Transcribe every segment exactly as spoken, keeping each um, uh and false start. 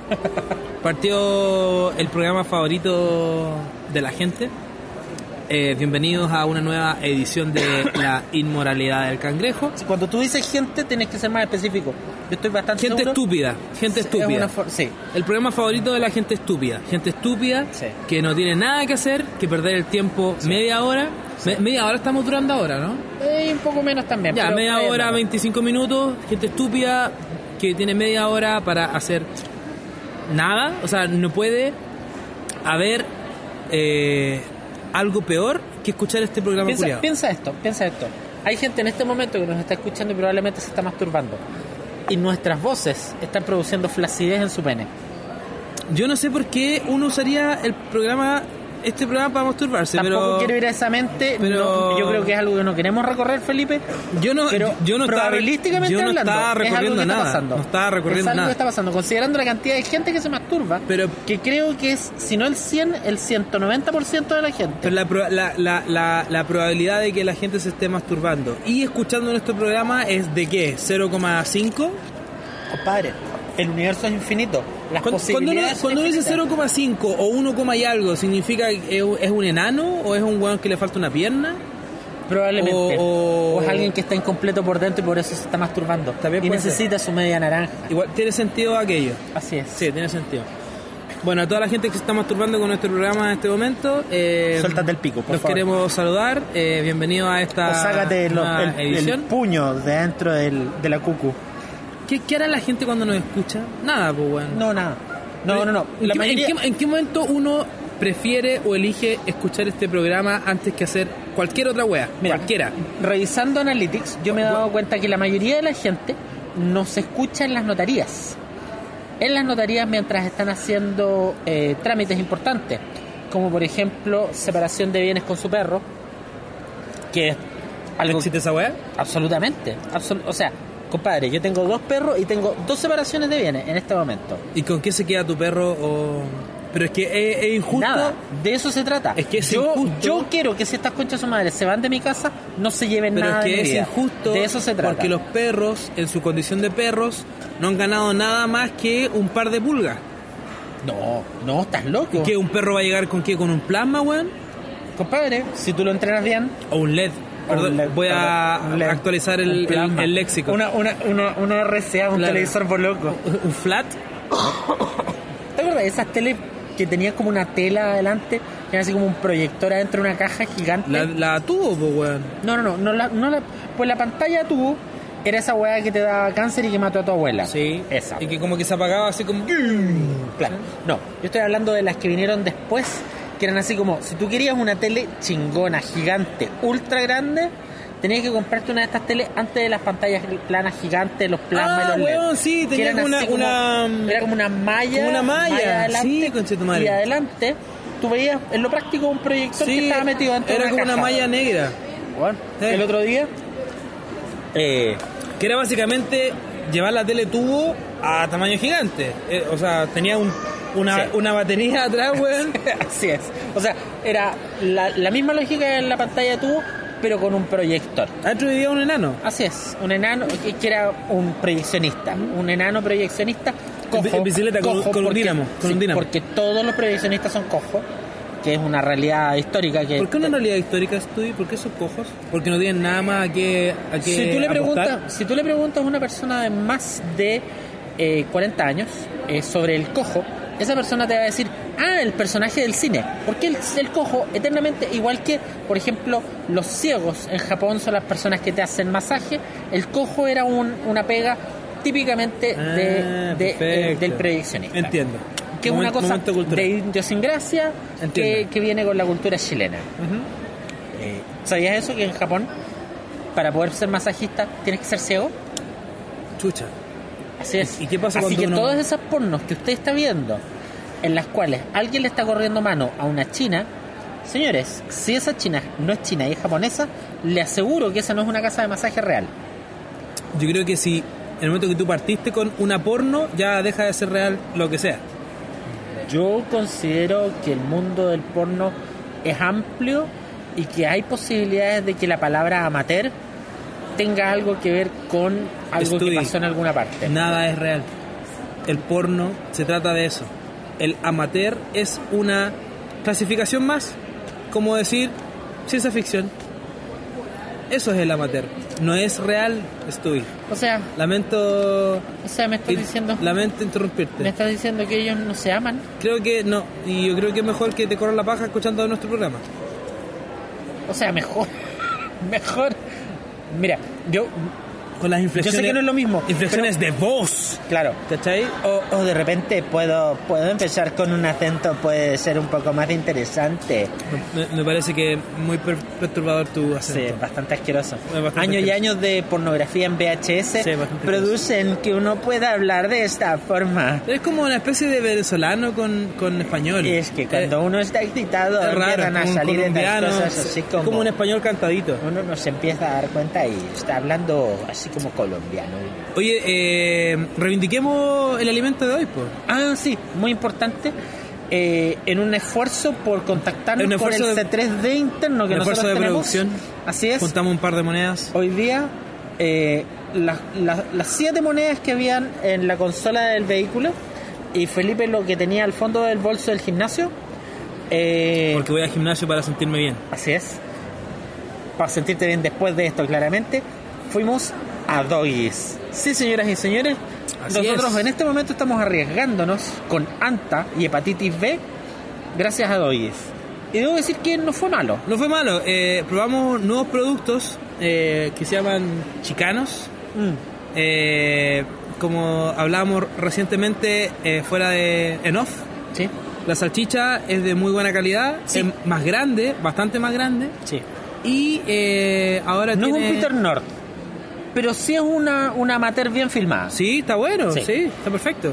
Partió el programa favorito de la gente. Eh, bienvenidos a una nueva edición de La Inmoralidad del Cangrejo. Cuando tú dices gente, tienes que ser más específico. Yo estoy bastante Gente seguro. estúpida, gente Es estúpida. una for- sí. El programa favorito de la gente estúpida. Gente estúpida Sí. que no tiene nada que hacer, que perder el tiempo media hora. Me- media hora estamos durando ahora, ¿no? Eh, un poco menos también. Ya, pero media por ahí hora, andamos. veinticinco minutos. Gente estúpida que tiene media hora para hacer nada. O sea, no puede haber eh, algo peor que escuchar este programa Piensa, culiado. piensa esto, piensa esto. Hay gente en este momento que nos está escuchando y probablemente se está masturbando. Y nuestras voces están produciendo flacidez en su pene. Yo no sé por qué uno usaría el programa, este programa para masturbarse, Tampoco pero quiero ir a esa mente. pero- no, yo creo que es algo que no queremos recorrer, Felipe. yo no, Pero yo no estaba, probabilísticamente yo no hablando, estaba es algo recorriendo que está nada, pasando. no estaba recorriendo es algo nada. que está pasando, considerando la cantidad de gente que se masturba, Pero- que creo que es, si no el cien, el ciento noventa por ciento de la gente. Pero la, pro- la, la, la, la probabilidad de que la gente se esté masturbando y escuchando nuestro programa es de ¿qué? ¿cero coma cinco? Compadre, el universo es infinito. Las Cuando, cuando uno, posibilidades son cuando uno dice infinitas. cero coma cinco o uno, y algo, ¿significa que es, es un enano o es un weón que le falta una pierna? Probablemente. O- O, o- es alguien que está incompleto por dentro y por eso se está masturbando. También y puede necesita su media naranja. Igual tiene sentido aquello. Así es. Sí, tiene sentido. Bueno, a toda la gente que se está masturbando con nuestro programa en este momento, eh, Suéltate el pico, por los favor. queremos saludar. Eh, bienvenido a esta O sácate lo- nueva el, el edición. puño de dentro del, de la cucu. ¿Qué, ¿Qué hará la gente cuando nos escucha? Nada, pues bueno. No, nada. No, no, no. ¿En La qué, mayoría... en qué- en qué momento uno prefiere o elige escuchar este programa antes que hacer cualquier otra wea? Mira, Cualquiera. Revisando Analytics, yo me he dado cuenta que la mayoría de la gente nos escucha en las notarías. En las notarías mientras están haciendo eh, trámites importantes, como por ejemplo separación de bienes con su perro, que es algo ¿Existe esa wea? absolutamente, absol- o sea, compadre, yo tengo dos perros y tengo dos separaciones de bienes en este momento. ¿Y con qué se queda tu perro? O... Pero es que es, es injusto. Nada, de eso se trata. Es que es yo, injusto. yo quiero que si estas conchas su madre se van de mi casa, no se lleven Pero nada es de que mi es vida. injusto De eso se trata. porque los perros, en su condición de perros, no han ganado nada más que un par de pulgas. No, no, estás loco. ¿Qué? ¿Un perro va a llegar con qué? ¿Con un plasma, weón? Compadre, si tú lo entrenas bien, ¿O un L E D? O un Perdón, L E D, voy a perdón, un L E D, actualizar el, un el, plasma. el léxico. Una, una, una, una R C A, un Claro. televisor por loco. ¿Un flat? ¿Te acuerdas de esas teles que tenían como una tela adelante? Que era así como un proyector adentro de una caja gigante. La, la tubo, pues, weón. No, no, no, no, la, no la, pues la pantalla tuvo era esa weá que te daba cáncer y que mató a tu abuela. Sí. Esa. Y que como que se apagaba así como... Claro. No, yo estoy hablando de las que vinieron después, que eran así como, si tú querías una tele chingona, gigante, ultra grande, tenías que comprarte una de estas teles antes de las pantallas planas gigantes, los plasmas Ah, y los L E D. weón, sí, Que tenía eran como así una- una- Era como una malla. como una malla, adelante, sí, conchetumare. y adelante, tú veías en lo práctico un proyector que Sí, estaba metido dentro era de como una una caja. malla negra. Bueno, Sí. el otro día... Eh, Que era básicamente llevar la tele tubo a tamaño gigante. Eh, o sea, tenía un, una, Sí. una batería atrás, weón. así es. O sea, era la, la misma lógica en la pantalla de tubo, pero con un proyector. Adentro vivía un enano. Así es, un enano que que era un proyeccionista, un enano proyeccionista cojo, En bicicleta, con- cojo con un porque- dínamo, con sí, un dínamo. porque todos los proyeccionistas son cojos, que es una realidad histórica que ¿Por qué una realidad histórica estudio? ¿Por qué son cojos? Porque no tienen nada más a qué, a qué si tú le apostar. preguntas, si tú le preguntas a una persona de más de eh, cuarenta años eh, sobre el cojo, esa persona te va a decir, ah, el personaje del cine. Porque el, el cojo, eternamente, igual que, por ejemplo, los ciegos en Japón son las personas que te hacen masaje, el cojo era un, una pega típicamente Ah, de, de- perfecto. del proyeccionista. Entiendo. Que es una Momen- cosa momento cultural. de idiosincrasia que, Entiendo. que viene con la cultura chilena. Ujú. Eh, ¿Sabías eso? Que en Japón, para poder ser masajista, tienes que ser ciego. Chucha. Así es. ¿Y qué pasa Así cuando que uno- todas esas pornos que usted está viendo, en las cuales alguien le está corriendo mano a una china, señores, si esa china no es china y es japonesa, le aseguro que esa no es una casa de masaje real. Yo creo que si en el momento que tú partiste con una porno, ya deja de ser real lo que sea. Yo considero que el mundo del porno es amplio y que hay posibilidades de que la palabra amateur tenga algo que ver con algo Estudie. que pasó en alguna parte. Nada es real. el porno se trata de eso. El amateur es una clasificación más, como decir ciencia ficción. Eso es el amateur. No es real, estoy. O sea, Lamento. o sea, me estás diciendo, Lamento interrumpirte. me estás diciendo que ellos no se aman. Creo que no. Y yo creo que es mejor que te corran la paja escuchando nuestro programa. O sea, mejor, mejor. Mira, yo, Con las yo inflexiones. sé que no es lo mismo. Inflexiones de voz. Claro. ¿Cachai? O, o de repente puedo puedo empezar con un acento, puede ser un poco más interesante. Me, me parece que muy per- perturbador tu Sí, acento. bastante asqueroso. Es bastante Años y asqueroso. años de pornografía en V H S Sí, bastante producen que uno pueda hablar de esta forma. Es como una especie de venezolano con, con español. Y es que cuando Eh, uno está excitado es raro, empiezan a como un salir estas colombiano, cosas así es como... como un español cantadito. Uno no se empieza a dar cuenta y está hablando así como colombiano. Oye, eh, reivindiquemos el alimento de hoy, pues. Ah, sí, muy importante. Eh, en un esfuerzo por contactarnos En un con el esfuerzo de- C tres D interno que un nosotros esfuerzo de tenemos. producción. Así es. Juntamos un par de monedas. Hoy día, eh, las, las, las siete monedas que habían en la consola del vehículo y Felipe lo que tenía al fondo del bolso del gimnasio. Eh, Porque voy al gimnasio para sentirme bien. Así es. Para sentirte bien después de esto, claramente. Fuimos a Doggies. Sí, señoras y señores. Así nosotros es. en este momento estamos arriesgándonos con anta y hepatitis B gracias a Doggies. Y debo decir que no fue malo. No fue malo. Eh, probamos nuevos productos eh, que se llaman chicanos. Mm. Eh, como hablábamos recientemente eh, fuera de en off, Sí, la salchicha es de muy buena calidad, Sí. es más grande, bastante más grande. sí. Y eh, ahora No tiene... es un Peter North, pero sí es una, una amateur bien filmada. Sí, está bueno, Sí. sí, está perfecto.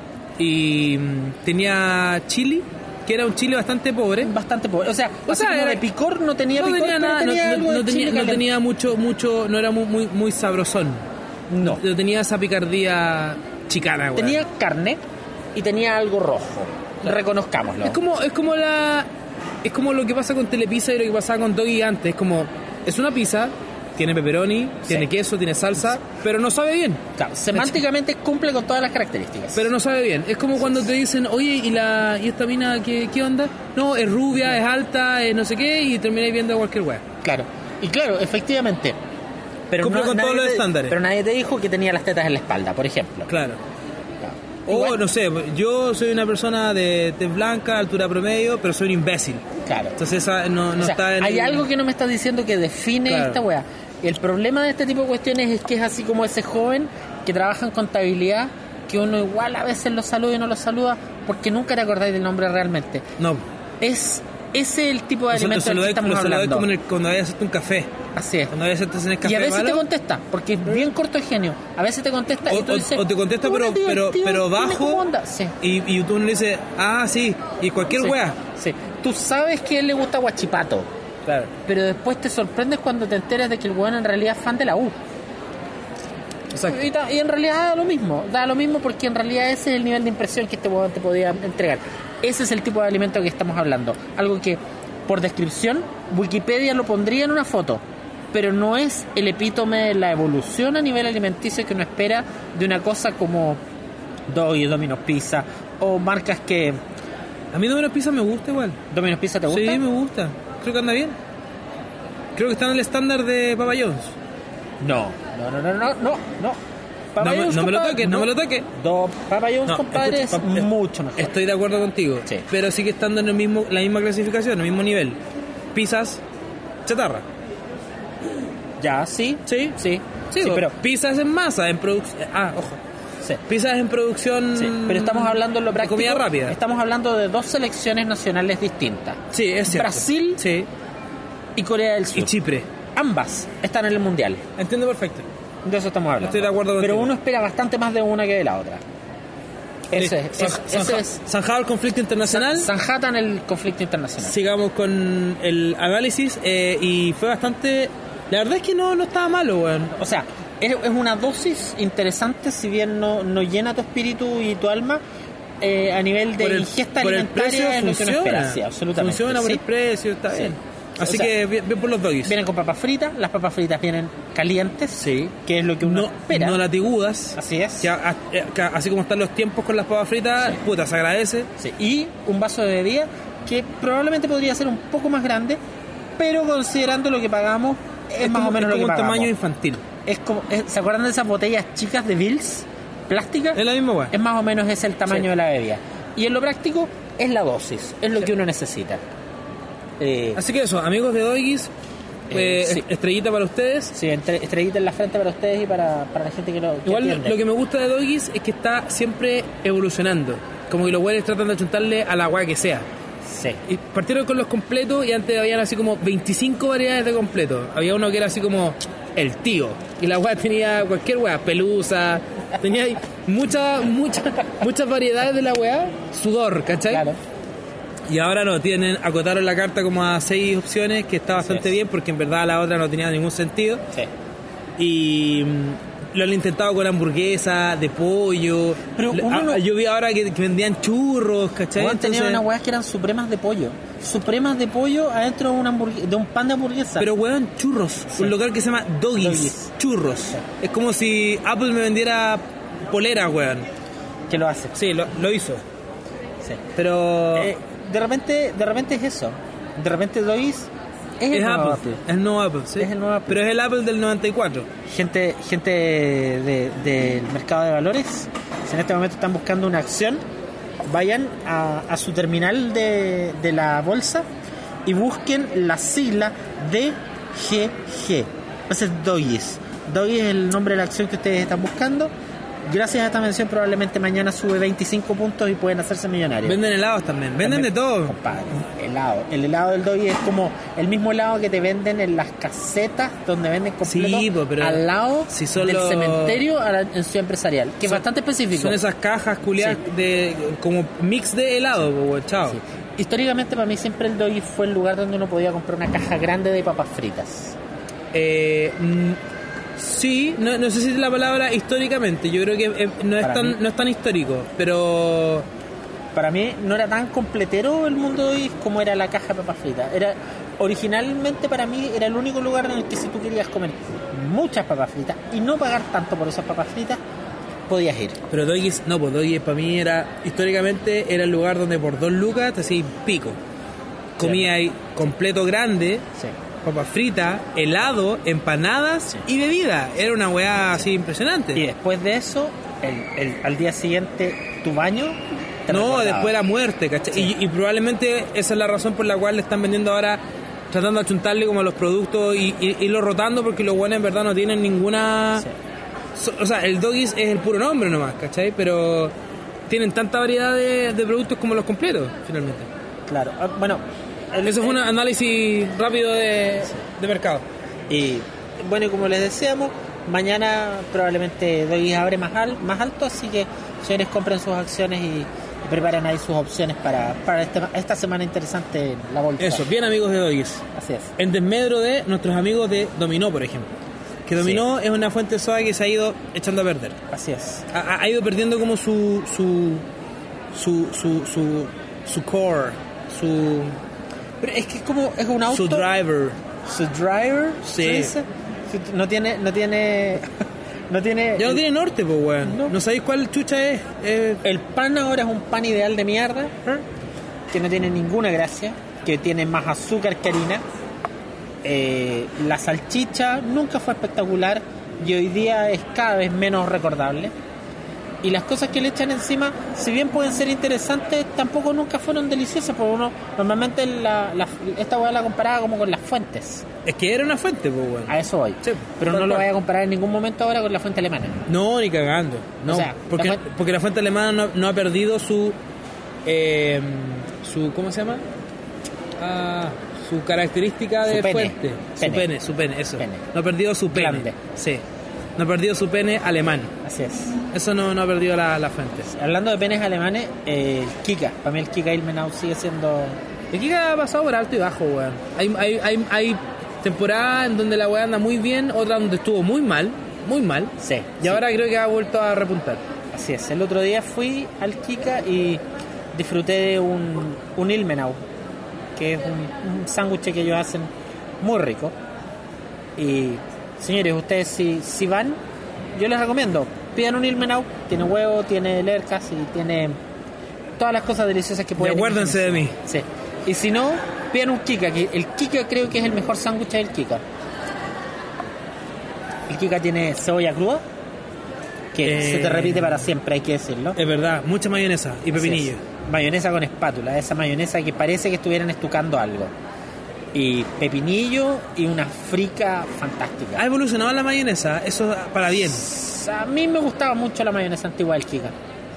Y mm, tenía chili, que era un chile bastante pobre. Bastante pobre. O sea, O así sea, como era- de picor no tenía No picor, tenía pero nada, no, tenía no- algo no de tenía, chile no caliente. tenía mucho, mucho, no era muy, muy, muy sabrosón. No. No tenía esa picardía chicana, güey. Tenía carne y tenía algo rojo. Reconozcámoslo. Es como, es como la, es como lo que pasa con Telepizza y lo que pasaba con Doggy antes. Es como, es una pizza, tiene pepperoni, tiene queso, tiene salsa, pero no sabe bien. Claro, semánticamente cumple con todas las características. Pero no sabe bien. Es como cuando te dicen, oye, ¿y la y esta mina qué, qué onda? No, es rubia, es alta, es no sé qué, y termináis viendo cualquier weá. Claro. Y claro, efectivamente. Pero Cumple con nadie todos los te- estándares. Pero nadie te dijo que tenía las tetas en la espalda, por ejemplo. Claro. Claro. O, Igual- no sé, yo soy una persona de tez blanca, altura promedio, pero soy un imbécil. Claro. Entonces esa no, no O sea, está en... hay el- algo que no me estás diciendo que define Claro. esta wea. El problema de este tipo de cuestiones es que es así como ese joven que trabaja en contabilidad, que uno igual a veces lo saluda y no lo saluda porque nunca te acordáis del nombre realmente. No. Es ese el tipo de Lo sal- alimento del que saludé- estamos lo saludé hablando. como en el- cuando vayas a hacerte un café. Así es. Cuando vayas a hacerte en el café Y a veces malo, te contesta, porque es bien corto el genio. A veces te contesta y o, tú o- dices, o te contesta pero, "Hola, pero, divertido, pero dime bajo cómo anda". Sí. y, y tú le dices, ah, sí, y cualquier Sí, wea. sí. Tú sabes que a él le gusta Guachipato, Claro. pero después te sorprendes cuando te enteras de que el weón en realidad es fan de la U. Exacto. Y, ta- y en realidad da lo mismo, da lo mismo porque en realidad ese es el nivel de impresión que este weón te podía entregar. Ese es el tipo de alimento que estamos hablando. Algo que, por descripción, Wikipedia lo pondría en una foto, pero no es el epítome de la evolución a nivel alimenticio que uno espera de una cosa como Doggy, Domino's Pizza o marcas que... A mí Domino's Pizza me gusta igual. ¿Domino's Pizza te gusta? Sí, me gusta. Creo que anda bien. Creo que está en el estándar de Papa John's. No, no, no, no, no, no, no. Papa No me- John's, no me lo compadre, toques, no me lo toques. Do, Papa John's, No, compadre, escucha, es pa- mucho mejor. Estoy de acuerdo contigo. Sí. Pero sigue estando en el mismo, la misma clasificación, en el mismo nivel. Pizzas, chatarra. Ya, sí, Sí, sí, Sí, sí, pero... pizzas en masa, en producción. Ah, ojo. Sí. Pizzas en producción. Sí, pero estamos hablando en lo de práctico. comida rápida. Estamos hablando de dos selecciones nacionales distintas. Sí, es cierto. Brasil Sí. y Corea del Sur. Y Chipre. Ambas están en el mundial. Entiendo perfecto. De eso estamos hablando. Estoy de acuerdo Pero contigo. uno espera bastante más de una que de la otra. Ese, es, San- es- San- ese es zanjado el conflicto internacional. Sanjata en el conflicto internacional. Sigamos con el análisis. eh, y fue bastante. La verdad es que no, no estaba malo, weón. O sea, es, es una dosis interesante, si bien no, no llena tu espíritu y tu alma eh, a nivel de Por el- ingesta por el alimentaria precio es lo que uno funciona. espera. Sí, absolutamente. Funciona por Sí. el precio, está Sí. bien. Así o sea, que bien, bien por los doggies. Vienen con papas fritas, las papas fritas vienen calientes, Sí. que es lo que uno No, espera. no latigudas. Así es. Que a- que así como están los tiempos con las papas fritas, Sí. puta, se agradece. Sí, y un vaso de bebida que probablemente podría ser un poco más grande, pero considerando lo que pagamos, es, más como, o menos es lo como que un pagamos. tamaño infantil. Es como, es- ¿se acuerdan de esas botellas chicas de Bills? ¿Plásticas? Es la misma weá. Es más o menos ese el tamaño Sí. de la bebida. Y en lo práctico, es la dosis, es lo Sí. que uno necesita. Eh, Así que eso, amigos de Doggies, Eh, eh, sí. estrellita para ustedes. sí, entre- estrellita en la frente para ustedes y para, para la gente que lo que Igual lo, entiende. lo que me gusta de Doggies es que está siempre evolucionando. Como que los güeyes tratan de achuntarle a la weá que sea. Sí. Y partieron con los completos y antes habían así como veinticinco variedades de completos. Había uno que era así como el tío. Y la weá tenía cualquier weá, pelusa. Tenía ahí muchas, muchas, muchas variedades de la weá. Sudor, ¿cachai? Claro. Y ahora no, tienen, acotaron la carta como a seis opciones, que está bastante es. bien porque en verdad la otra no tenía ningún sentido. Sí. Y mm, lo han intentado con hamburguesa, de pollo. Pero Le- uno ah, no- Yo vi ahora que, que vendían churros, ¿cachai? Juan tenía Entonces- unas weas que eran supremas de pollo. Supremas de pollo adentro de, una hamburgue- de un pan de hamburguesa. Pero weón, churros. Sí. Un local que se llama Doggies. Doggies. Churros. Es como si Apple me vendiera polera, weón. que lo hace. Sí, lo, lo hizo. Sí. Pero Eh, de repente, de repente es eso. De repente Doggies es, el es nuevo Apple. Apple. Es el nuevo Apple, sí. Es el nuevo Apple. Pero es el Apple del noventa y cuatro. Gente, gente de- del mercado de valores, si en este momento están buscando una acción, vayan a, a su terminal de, de la bolsa y busquen la sigla D G G. Ese es Doggies. Doggies es el nombre de la acción que ustedes están buscando. Gracias a esta mención probablemente mañana sube veinticinco puntos y pueden hacerse millonarios. Venden helados también. Venden de También, todo. Compadre, helado. El helado del Doggy es como el mismo helado que te venden en las casetas donde venden completo Sí, po, pero al lado si son del los- cementerio a la, en Ciudad Empresarial, que es Son- bastante específico. Son esas cajas culiadas de como mix de helado, po, weón. Chao. Sí. Históricamente para mí siempre el Doggy fue el lugar donde uno podía comprar una caja grande de papas fritas. Eh, mm, sí, no, no sé si es la palabra históricamente. Yo creo que eh, no es Para tan mí- no es tan histórico, pero Para mí no era tan completero el mundo Doggy como era la caja de papas fritas. Era, originalmente para mí era el único lugar en el que si tú querías comer muchas papas fritas y no pagar tanto por esas papas fritas, podías ir. pero Doggies, no, pues Doggies para mí era históricamente era el lugar donde por dos lucas te hacías pico. Comía ahí completo grande, Sí. papas fritas, helado, empanadas Sí. y bebida. Era una weá así impresionante. Y después de eso, el, el- al día siguiente, tu baño. te No, recordaba. después la muerte, ¿cachai? Sí. Y, y probablemente esa es la razón por la cual le están vendiendo ahora, tratando de achuntarle como a los productos y, y, irlo rotando, porque los buenos en verdad no tienen ninguna... Sí. So- o sea, el Doggies es el puro nombre nomás, ¿cachai? Pero tienen tanta variedad de, de productos como los completos, finalmente. Claro. Ah, Bueno, el- Eso fue un análisis rápido de, de mercado. Y bueno, y como les decíamos, mañana probablemente Doggy abre más, al- más alto, así que señores, compren sus acciones y, y preparen ahí sus opciones para, para este- esta semana interesante en la bolsa. Eso, bien amigos de Doggies. Así es. En desmedro de nuestros amigos de Dominó, por ejemplo. Que Dominó es una fuente de soda que se ha ido echando a perder. Así es. Ha, ha ido perdiendo como su su su su su, su core, su Pero es que es como, es un auto. su driver. Su driver, Sí. ¿se dice? No tiene, no tiene, no tiene. Ya no tiene norte, pues weón. No. No. sabéis cuál chucha es. Eh, El pan ahora es un pan ideal de mierda, ¿eh? que no tiene ninguna gracia, que tiene más azúcar que harina. Eh, la salchicha nunca fue espectacular y hoy día es cada vez menos recordable. Y las cosas que le echan encima, si bien pueden ser interesantes, tampoco nunca fueron deliciosas, porque uno normalmente la, la- esta hueá la comparaba como con las fuentes. es que era una fuente, pues weón. A eso voy. Sí, Pero tal no lo cual. vaya a comparar en ningún momento ahora con la fuente alemana. No, ni cagando. No, O sea, porque, la fuente- porque la fuente alemana no, no ha perdido su eh, su ¿cómo se llama? Ah, su característica de Su pene. fuente. Su Pene. pene, su pene, eso. Pene. No ha perdido su pene. Grande. Sí. No ha perdido su pene alemán. Así es. Eso no, no ha perdido la, la fuente. Hablando de penes alemanes, eh, el Kika, para mí el Kika Ilmenau sigue siendo... Aquí que ha pasado por alto y bajo, weón. Hay, hay, hay, hay temporadas en donde la weá anda muy bien, otra donde estuvo muy mal, muy mal. Sí. Y ahora creo que ha vuelto a repuntar. Así es. El otro día fui al Kika y disfruté de un, un Ilmenau, que es un, un sándwich que ellos hacen muy rico. Y señores, ustedes si, si van, yo les recomiendo, pidan un Ilmenau, tiene huevo, tiene lercas y tiene todas las cosas deliciosas que pueden. Y acuérdense de mí. Sí. Y si no, pidan un Kika, que el Kika creo que es el mejor sándwich del Kika. El Kika tiene cebolla cruda, que Eh, se te repite para siempre, hay que decirlo. Es verdad, mucha mayonesa y pepinillo. Así es. Mayonesa con espátula, esa mayonesa que parece que estuvieran estucando algo. Y pepinillo y una frica fantástica. Ha evolucionado la mayonesa, eso para bien. A mí me gustaba mucho la mayonesa antigua del Kika.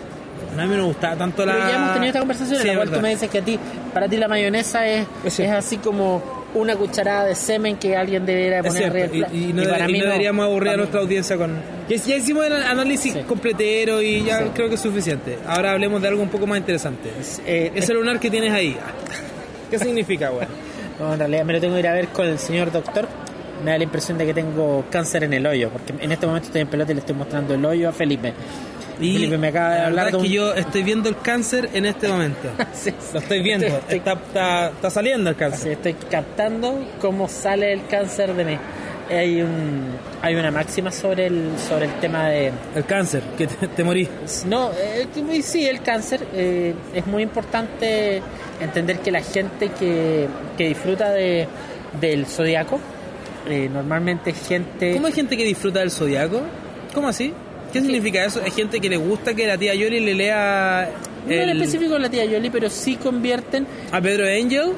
A mí no me gustaba tanto la... Pero ya hemos tenido esta conversación Sí, en la cual verdad. tú me dices que a ti, para ti la mayonesa es, Es es así como una cucharada de semen que alguien debería Es poner arriba cierto, del plato. y, y no, para y mí no deberíamos aburrir para a mí nuestra no. audiencia con... Ya, ya hicimos el análisis Sí. completero y ya Sí. creo que es suficiente. Ahora hablemos de algo un poco más interesante. Eh, Ese lunar que tienes ahí, ¿qué significa, güey? No, en realidad me lo tengo que ir a ver con el señor doctor. Me da la impresión de que tengo cáncer en el hoyo, porque en este momento estoy en pelota y le estoy mostrando el hoyo a Felipe. Y Felipe me acaba de la hablar verdad de es que un- yo estoy viendo el cáncer en este momento. Sí, Lo estoy viendo, Estoy- está, está, está saliendo el Así, cáncer. estoy captando cómo sale el cáncer de mí. Hay un hay una máxima sobre el sobre el tema de El cáncer, que te, te morí. no eh, que- sí el cáncer. Eh, es muy importante entender que la gente que, que disfruta de del zodiaco eh, normalmente es gente. ¿Cómo hay gente que disfruta del zodiaco? ¿Cómo así? ¿Qué Sí. significa eso? ¿Hay gente que le gusta que la tía Yoli le lea No en el- específico la tía Yoli, pero sí convierten a Pedro Angel?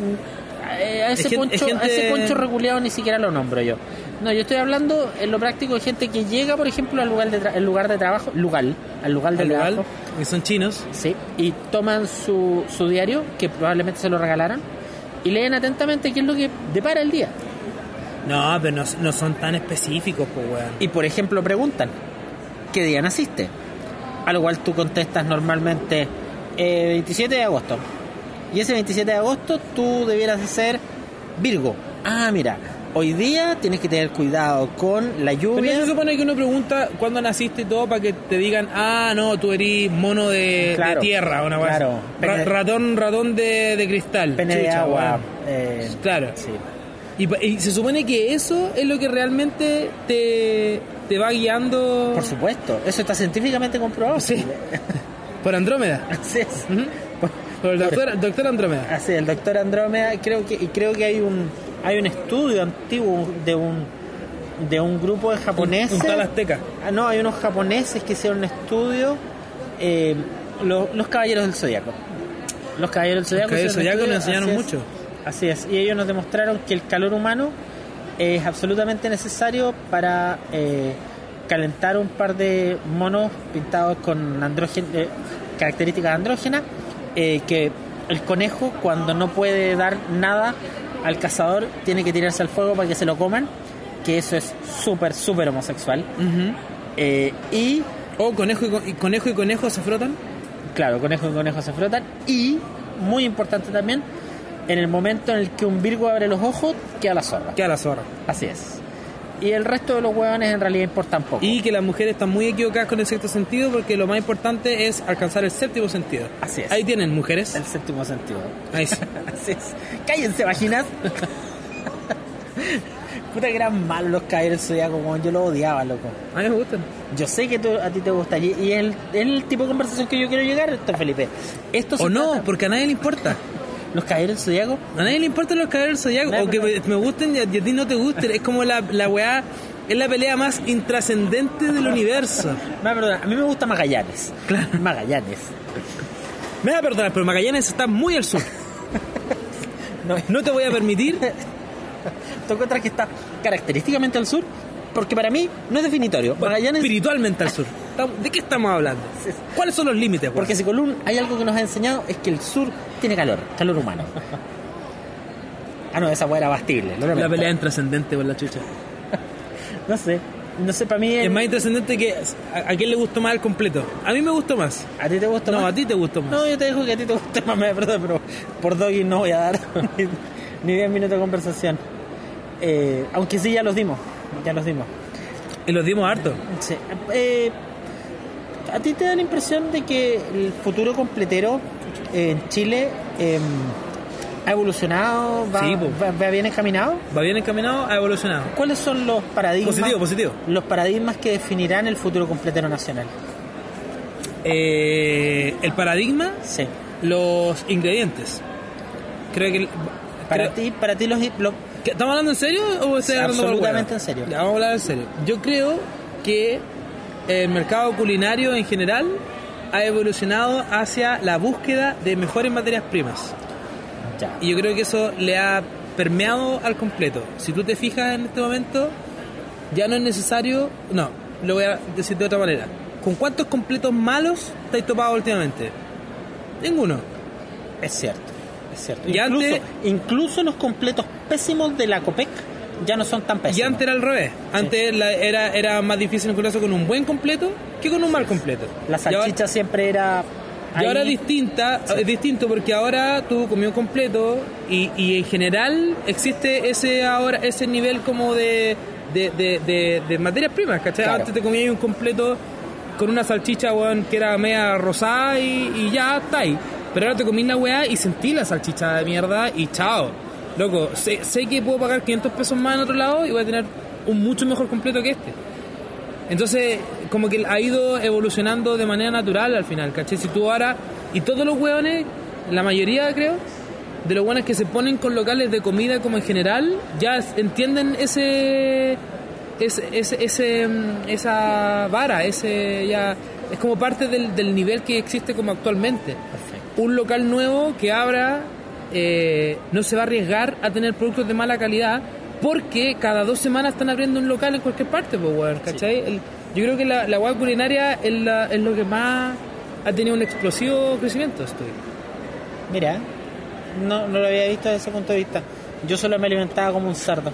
eh, a ese gen- poncho, es gente- a ese poncho reculeado ni siquiera lo nombro yo. No, yo estoy hablando en lo práctico de gente que llega, por ejemplo, al lugar de tra- el lugar de trabajo, lugar, al lugar de Al lugar, trabajo, que son chinos. sí, y toman su, su diario, que probablemente se lo regalaron, y leen atentamente qué es lo que depara el día. No, pero no, no son tan específicos, pues, weón. Y por ejemplo preguntan, ¿qué día naciste? A lo cual tú contestas normalmente eh, veintisiete de agosto. Y ese veintisiete de agosto tú debieras de ser Virgo. Ah, mira, hoy día tienes que tener cuidado con la Pero lluvia. no se supone que uno pregunta cuándo naciste y todo para que te digan, ah, no, tú eres mono de, Claro, de tierra, una weá claro. así. Pene Ra- de- ratón, ratón de, de cristal. Pene de Chucha, agua. weón. eh, Claro. sí. Y, pa- y se supone que eso es lo que realmente te, te va guiando Por supuesto, eso está científicamente comprobado. Sí. por Andrómeda. Así es. Ujú. Por el doctor, doctor Andrómeda. Así, el doctor Andrómeda, creo que y creo que hay un hay un estudio antiguo de un de un grupo de japoneses. Un tal azteca. Ah, no, hay unos japoneses que hicieron un estudio, eh, lo- los caballeros del zodiaco. Los caballeros del zodiaco. Caballeros del hicieron un Zodiaco nos estudio, enseñaron así es, mucho. Así es, y ellos nos demostraron que el calor humano es absolutamente necesario para eh, calentar un par de monos pintados con andrógen- eh, características andrógenas, eh, que el conejo cuando no puede dar nada al cazador tiene que tirarse al fuego para que se lo coman, que eso es súper, súper homosexual. Ujú. Eh, y, O conejo y, co- y conejo y conejo se frotan. claro, conejo y conejo se frotan. Y, muy importante también, en el momento en el que un Virgo abre los ojos, queda la zorra. Queda la zorra. Así es. Y el resto de los hueones en realidad importan poco. Y que las mujeres están muy equivocadas con el sexto sentido porque lo más importante es alcanzar el séptimo sentido. Así es. Ahí tienen, mujeres. El séptimo sentido. Ahí sí. Así es. Cállense, vaginas. Puta que eran malos los caballeros del zodiaco, como yo los odiaba, loco. A mí me gustan. Yo sé que tú- a ti te gusta y, y es, el, es el tipo de conversación que yo quiero llegar, doctor Felipe. Esto se O no, trata- porque a nadie le importa. los caballeros del zodiaco. A nadie le importan los caballeros del Zodiaco. No, O que pero- me, me gusten y a, y a ti no te gusten. Es como la, la weá. Es la pelea más intrascendente del universo. No, perdón, a mí me gusta Magallanes. Claro. Magallanes. Me va a perdonar, pero Magallanes está muy al sur. No, No te voy a permitir. ¿tú encuentras que está característicamente al sur? Porque para mí no es definitorio. Magallanes. Espiritualmente al sur. Estamos- ¿De qué estamos hablando? ¿Cuáles son los límites, weón? Porque si Colún hay algo que nos ha enseñado es que el sur tiene calor, calor humano. Ah, no, esa hueá era bastible. lo La lamento. pelea intrascendente por la chucha. No sé, no sé, para mí. Es el- más intrascendente que a, a quién le gustó más el completo. A mí me gustó más. ¿A ti te gusta No, más? a ti te gustó más. No, yo te dejo que a ti te guste más, me perdón, pero por Doggy no voy a dar ni, ni diez minutos de conversación. Eh, aunque sí, ya los dimos. Ya los dimos. Y los dimos harto. Sí. Eh, ¿A ti te da la impresión de que el futuro completero en Chile eh, ¿Ha evolucionado? ¿Va, Sí, po. va, va bien encaminado? Va bien encaminado, ha evolucionado. ¿Cuáles son los paradigmas? Positivo, positivo. Los paradigmas que definirán el futuro completero nacional. Eh, el paradigma, Sí. los ingredientes. Creo que... el- Para creo- ti, para ti los, los ¿Qué, ¿Estamos hablando en serio o estoy hablando por absolutamente huevo? en serio. Ya, vamos a hablar en serio. Yo creo que el mercado culinario en general ha evolucionado hacia la búsqueda de mejores materias primas. Ya. Y yo creo que eso le ha permeado al completo. Si tú te fijas en este momento, ya no es necesario... No, lo voy a decir de otra manera. ¿Con cuántos completos malos te has topado últimamente? Ninguno. Es cierto, es cierto. Y incluso, antes- incluso los completos pésimos de la Copec ya no son tan pésimos. Y antes era al revés. Antes la- era, era más difícil encontrarse con un buen completo que con un mal completo. La Y ahora- salchicha siempre era... Y ahora es ahí. distinta, Sí. es distinto porque ahora tú comí un completo y, y en general existe ese ahora ese nivel como de, de, de, de, de materias primas, ¿cachai? Claro. Antes te comías un completo con una salchicha, weón, que era media rosada y, y ya está ahí. Pero ahora te comí la weá y sentí la salchicha de mierda y chao. Loco, sé, sé que puedo pagar quinientos pesos más en otro lado y voy a tener un mucho mejor completo que este. Entonces, como que ha ido evolucionando de manera natural al final, ¿cachai? Si tú ahora, y todos los hueones, la mayoría creo, de los hueones que se ponen con locales de comida como en general, ya entienden ese, ese, ese, ese mm, esa vara, ese ya, es como parte del, del nivel que existe como actualmente. Perfecto. Un local nuevo que abra eh, no se va a arriesgar a tener productos de mala calidad porque cada dos semanas están abriendo un local en cualquier parte, pues, weón, ¿cachai? El- yo creo que la, la hueá culinaria es, la- es lo que más ha tenido un explosivo crecimiento. Estoy. Mira, no, no lo había visto desde ese punto de vista. Yo solo me alimentaba como un cerdo.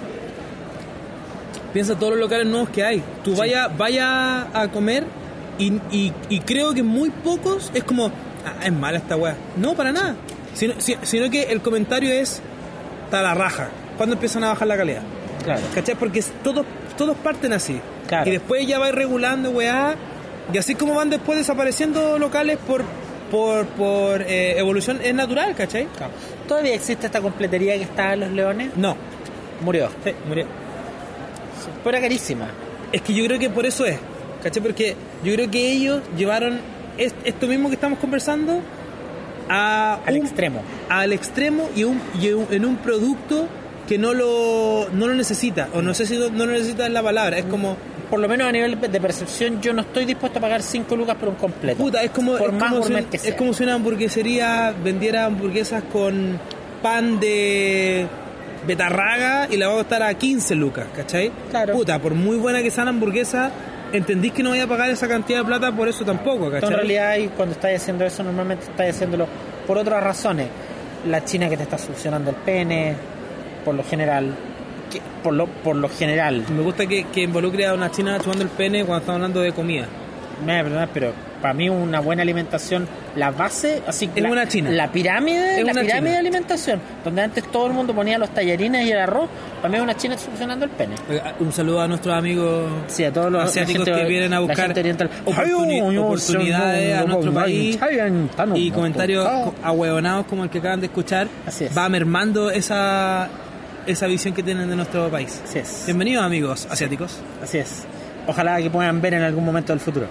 Piensa todos los locales nuevos que hay. Tú Sí. vaya, vaya a comer y, y, y creo que muy pocos es como, ah, es mala esta weá. No, para nada. Sino, si- sino que el comentario es, está la raja. ¿Cuándo empiezan a bajar la calidad? Claro. ¿Cachai? Porque es- todos, todos parten así. Claro. Y después ya va regulando, weá. Y así como van después desapareciendo locales por, por, por eh, evolución, es natural, ¿cachai? Claro. ¿Todavía existe esta completería que estaba en Los Leones? No. Murió. Sí, murió. Pero era carísima. Es que yo creo que por eso es, ¿cachai? Porque yo creo que ellos llevaron es- esto mismo que estamos conversando a Al un- extremo. al extremo y, un, y un- en un producto que no lo, no lo necesita, o no sé si no, no lo necesita es la palabra, es como, Por lo menos a nivel de percepción, yo no estoy dispuesto a pagar cinco lucas por un completo. puta, es como, Por es más como, si, gourmet que sea. es como si una hamburguesería vendiera hamburguesas con pan de betarraga y la va a costar a quince lucas, ¿cachai? Claro. Puta, por muy buena que sea la hamburguesa, entendís que no vaya a pagar esa cantidad de plata por eso tampoco, Tú, ¿cachai? en realidad, y cuando estás haciendo eso, normalmente estás haciéndolo por otras razones. La china que te está succionando el pene, por lo general. que- por lo por lo general. Me gusta que, que involucre a una china chupando el pene cuando estamos hablando de comida. Me voy a perdonar, pero para mí una buena alimentación, la base, así Es la, una china. La pirámide, Es la una pirámide china. de alimentación, donde antes todo el mundo ponía los tallarines y el arroz, para mí es una china succionando el pene. Oiga, un saludo a nuestros amigos Sí, a todos los asiáticos la gente- que vienen a la buscar gente oriental. oportuni- oportunidades a nuestro país y comentarios co- ahueonados como el que acaban de escuchar. Así es. Va mermando esa esa visión que tienen de nuestro país. Así es. Bienvenidos, amigos asiáticos. Así es. Ojalá que puedan ver en algún momento del futuro.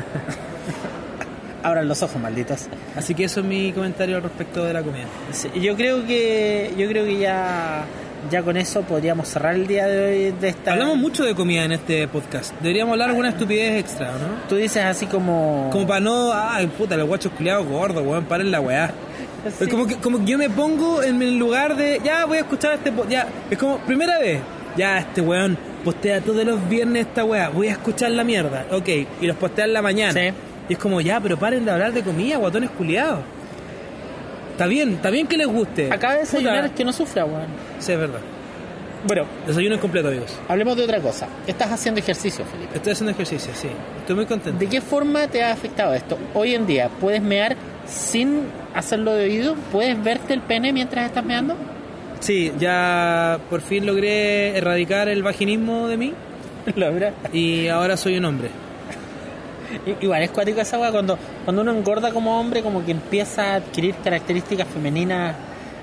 Abran los ojos, malditos. Así que eso es mi comentario al respecto de la comida. Sí, yo creo que yo creo que ya ya con eso podríamos cerrar el día de hoy de esta. Hablamos mucho de comida en este podcast. Deberíamos hablar alguna estupidez extra, ¿no? Tú dices así como Como para no, ay puta, los guachos culiados gordos, weón, paren la weá. Sí. Es como que, como que yo me pongo en el lugar de, ya voy a escuchar este, po- ya, es como, primera vez, ya este weón postea todos los viernes esta weá, voy a escuchar la mierda, ok, y los postea en la mañana. Sí. Y es como, ya, pero paren de hablar de comida, guatones culiados. Está bien, está bien que les guste. Acaba de desayunar Puta. que no sufra, weón. Sí, es verdad. Bueno, Desayuno completo, amigos. hablemos de otra cosa. Estás haciendo ejercicio, Felipe. Estoy haciendo ejercicio, sí. Estoy muy contento. ¿De qué forma te ha afectado esto? Hoy en día, ¿puedes mear sin hacerlo de oído? ¿Puedes verte el pene mientras estás meando? Sí, ya por fin logré erradicar el vaginismo de mí Logra. y ahora soy un hombre. Igual es cuático esa weá cuando, cuando uno engorda como hombre, como que empieza a adquirir características femeninas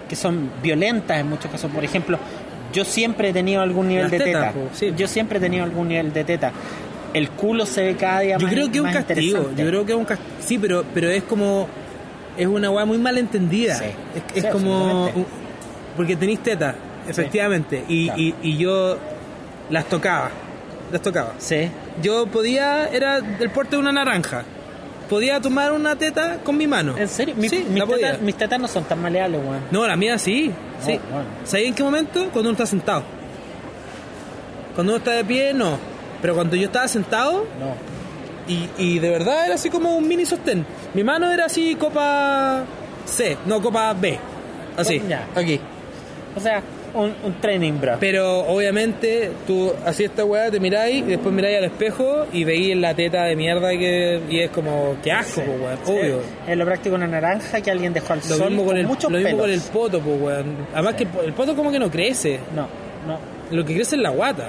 que son violentas en muchos casos. Por ejemplo, yo siempre he tenido algún nivel Las de tetas, teta. po, sí. Yo siempre he tenido algún nivel de teta. El culo se ve cada día Yo más, creo que es un más castigo. interesante. Yo creo que es un castigo. Sí, pero, pero es como. Es una weá muy mal entendida. Sí. Es, es Sí, como. absolutamente. un- porque tenéis tetas, efectivamente. Y, Claro. y, y yo las tocaba. Las tocaba. Sí. Yo podía. Era del porte de una naranja. Podía tomar una teta con mi mano. ¿En serio? Mi- Sí, mis, la podía. tetas, mis tetas no son tan maleables, weón. No, la mía sí. sí. Oh, bueno. ¿Sabes en qué momento? Cuando uno está sentado. Cuando uno está de pie, no. Pero cuando yo estaba sentado, No. y, y de verdad era así como un mini sostén. Mi mano era así copa C, no copa B. Así, Ya. aquí. O sea, un, un training, bro. Pero obviamente tú así esta weá, te miráis y después miráis al espejo y veis la teta de mierda que y es como, qué asco, Sí. po, weón, Sí. obvio. Es lo práctico una naranja que alguien dejó al Lo sol mismo con, con el, muchos lo mismo pelos. con el poto, po, weón. Además que el po- el poto como que no crece. No, no. Lo que crece es la guata.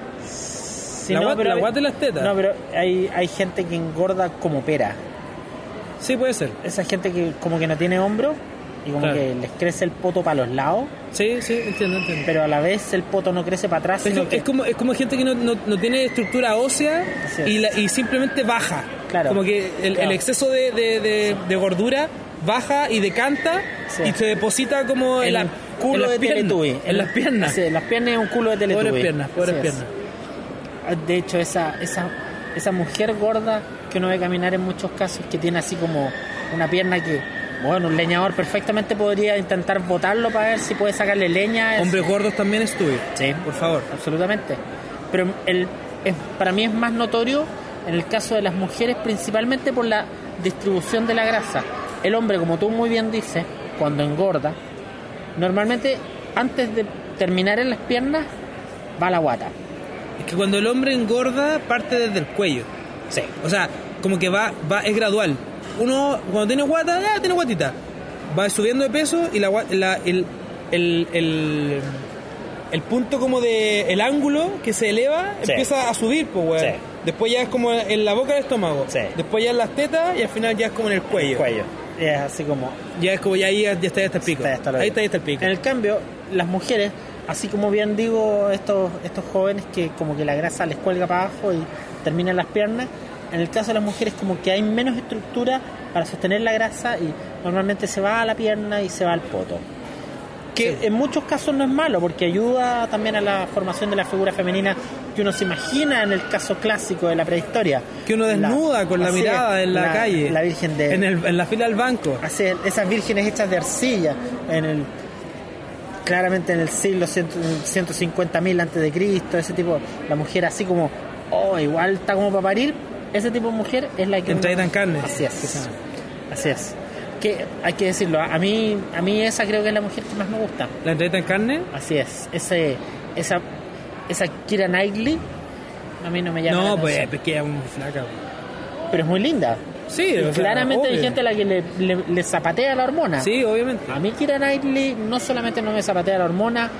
Sí, La no, guata- pero la hay- guata y las tetas. No, pero hay, hay gente que engorda como pera. Sí, puede ser. Esa gente que como que no tiene hombro y como Claro. que les crece el poto para los lados, Sí, sí, entiendo, entiendo. pero a la vez el poto no crece para atrás, Es, sino co- que... es como, es como gente que no, no, no tiene estructura ósea Así es. y, la- y simplemente baja. Claro. Como que el, Claro. el exceso de, de, de, de gordura baja y decanta Sí. y se deposita como en, el la, culo en las de piernas. Teletubby. En las piernas. Sí, las piernas es un culo de Teletubby. Pobres piernas, pobres Así es. piernas. De hecho, esa, esa, esa mujer gorda que uno ve caminar en muchos casos, que tiene así como una pierna que, bueno, un leñador perfectamente podría intentar botarlo para ver si puede sacarle leña. Es- Hombres gordos también es tuyo. Sí, Por favor. absolutamente. Pero el, es, para mí es más notorio en el caso de las mujeres, principalmente por la distribución de la grasa. El hombre, como tú muy bien dices, cuando engorda, normalmente antes de terminar en las piernas, va a la guata. Es que cuando el hombre engorda parte desde el cuello. Sí. O sea, como que va, va es gradual. Uno cuando tiene guata, ya tiene guatita. Va subiendo de peso y la, gua- la el, el, el, el punto como de el ángulo que se eleva Sí. empieza a subir, pues weón. Sí. Después ya es como en la boca del estómago. Sí. Después ya en las tetas y al final ya es como en el cuello. Cuello. Y es así como... Ya es como ya ahí ya, ya está, ya está el pico. Está, está lo ahí bien. está, ahí está el pico. En el cambio, las mujeres, así como bien digo, estos, estos jóvenes que como que la grasa les cuelga para abajo y terminan las piernas, en el caso de las mujeres como que hay menos estructura para sostener la grasa y normalmente se va a la pierna y se va al poto. Que Sí. en muchos casos no es malo porque ayuda también a la formación de la figura femenina que uno se imagina en el caso clásico de la prehistoria. Que uno desnuda con la así mirada es, en la, calle. La Virgen de... En, el, en la fila del banco. Así es, esas vírgenes hechas de arcilla en el claramente en el siglo ciento cincuenta mil antes de Cristo, ese tipo, la mujer así como, oh, igual está como para parir, ese tipo de mujer es la que Entra ahí uno- tan carne. así que se es, llama. así es, que hay que decirlo, a mí a mí esa creo que es la mujer que más me gusta, La entrevista en carne. así es, ese esa esa Keira Knightley a mí no me llama la No, pues atención, es que es muy flaca. pero es muy linda. Sí, Y o sea, claramente hay obvio. gente a la que le, le, le zapatea la hormona. Sí, obviamente. A mí Keira Knightley no solamente no me zapatea la hormona,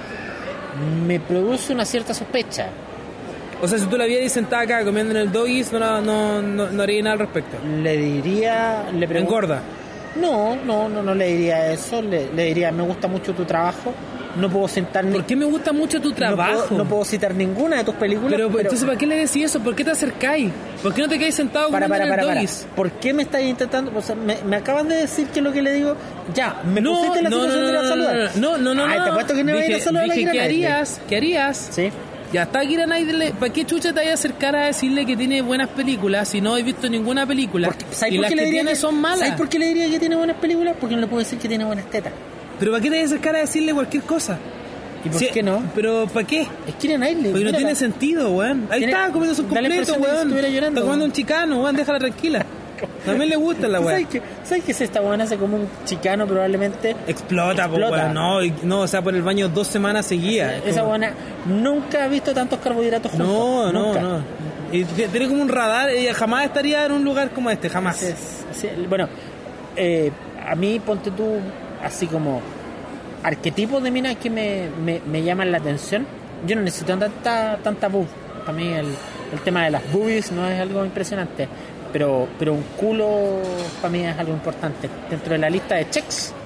me produce una cierta sospecha. O sea, si tú la vieras sentada acá comiendo en el doggies, no, la- no, no, no haría nada al respecto. Le diría... Le pregun- Engorda. No, no, no, no le diría eso. Le, le diría, me gusta mucho tu trabajo. No puedo citar ni- ¿Por qué me gusta mucho tu no trabajo? puedo, no puedo citar ninguna de tus películas. pero, pero entonces, ¿para qué le decís eso? ¿Por qué te acercáis? ¿Por qué no te quedáis sentado para, comiendo para, para, en el para. doggies? ¿Por qué me estás intentando? O sea, me, me acaban de decir que lo que le digo. Ya, me No, pusiste en la no, situación no, de ir a no, saludar. no, no, no, Ay, no. te apuesto que no iba a ir a Dije- saludar a la dije, Keira ¿qué Knightley. harías? ¿Qué harías? Sí. Ya está Keira Knightley. ¿Para qué chucha te vas a acercar a decirle que tiene buenas películas si no he visto ninguna película? Porque- ¿sabes y por las qué que le diría tiene que- son malas. ¿Sabes por qué le diría que tiene buenas películas? Porque no le puedo decir que tiene buenas tetas. ¿Pero para qué te vas a acercar a decirle cualquier cosa? ¿Y por Sí, qué no? ¿Pero para qué? Es Keira Knightley. Porque no mira, tiene la- sentido, weón. Ahí Tiene- está comiendo su da la completo, impresión de que weón. estuviera llorando, Está comiendo weón. un chicano, weón. Déjala tranquila. También le gusta la weón. ¿Sabes qué? ¿Sabes qué es esta buena? Hace como un chicano probablemente. Explota, po, Explota. weón. No, y- no, o sea, por el baño dos semanas seguidas. Es Esa como- buena nunca ha visto tantos carbohidratos juntos. No, no, Nunca. no. Y t- tiene como un radar. Ella jamás estaría en un lugar como este, jamás. Así es, así es. Bueno, eh, a mí ponte tú así como arquetipos de minas que me, me, me llaman la atención. Yo no necesito tanta, tanta boob. Para mí el, el tema de las boobies no es algo impresionante. Pero, pero un culo para mí es algo importante. Dentro de la lista de checks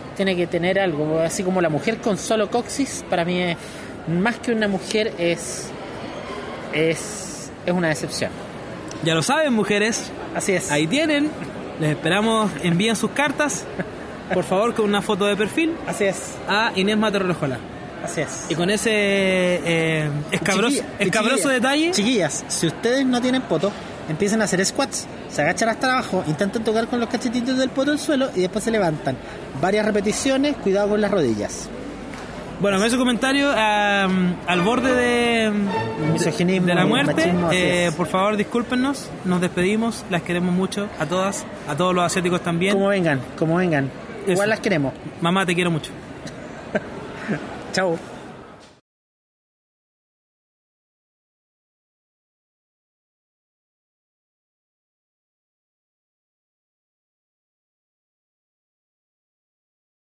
tiene que tener algo, así como la mujer con solo coxis, para mí es, más que una mujer es es, es una decepción. Ya lo saben, mujeres. Así es. Ahí tienen. Les esperamos, envíen sus cartas, por favor, con una foto de perfil. Así es. A Inés Matorrelojola. Así es. Y con ese eh, escabroso, Chiquilla, escabroso chiquilla, detalle. Chiquillas, si ustedes no tienen poto, empiecen a hacer squats, se agachan hasta abajo, intentan tocar con los cachetitos del poto el suelo y después se levantan. Varias repeticiones, cuidado con las rodillas. Bueno, con ese comentario um, al borde de, Misoginismo, de la muerte, machismo, así eh, es. por favor discúlpenos, nos despedimos, las queremos mucho a todas, a todos los asiáticos también. Como vengan, como vengan. Eso. Igual las queremos. Mamá, te quiero mucho. Chao.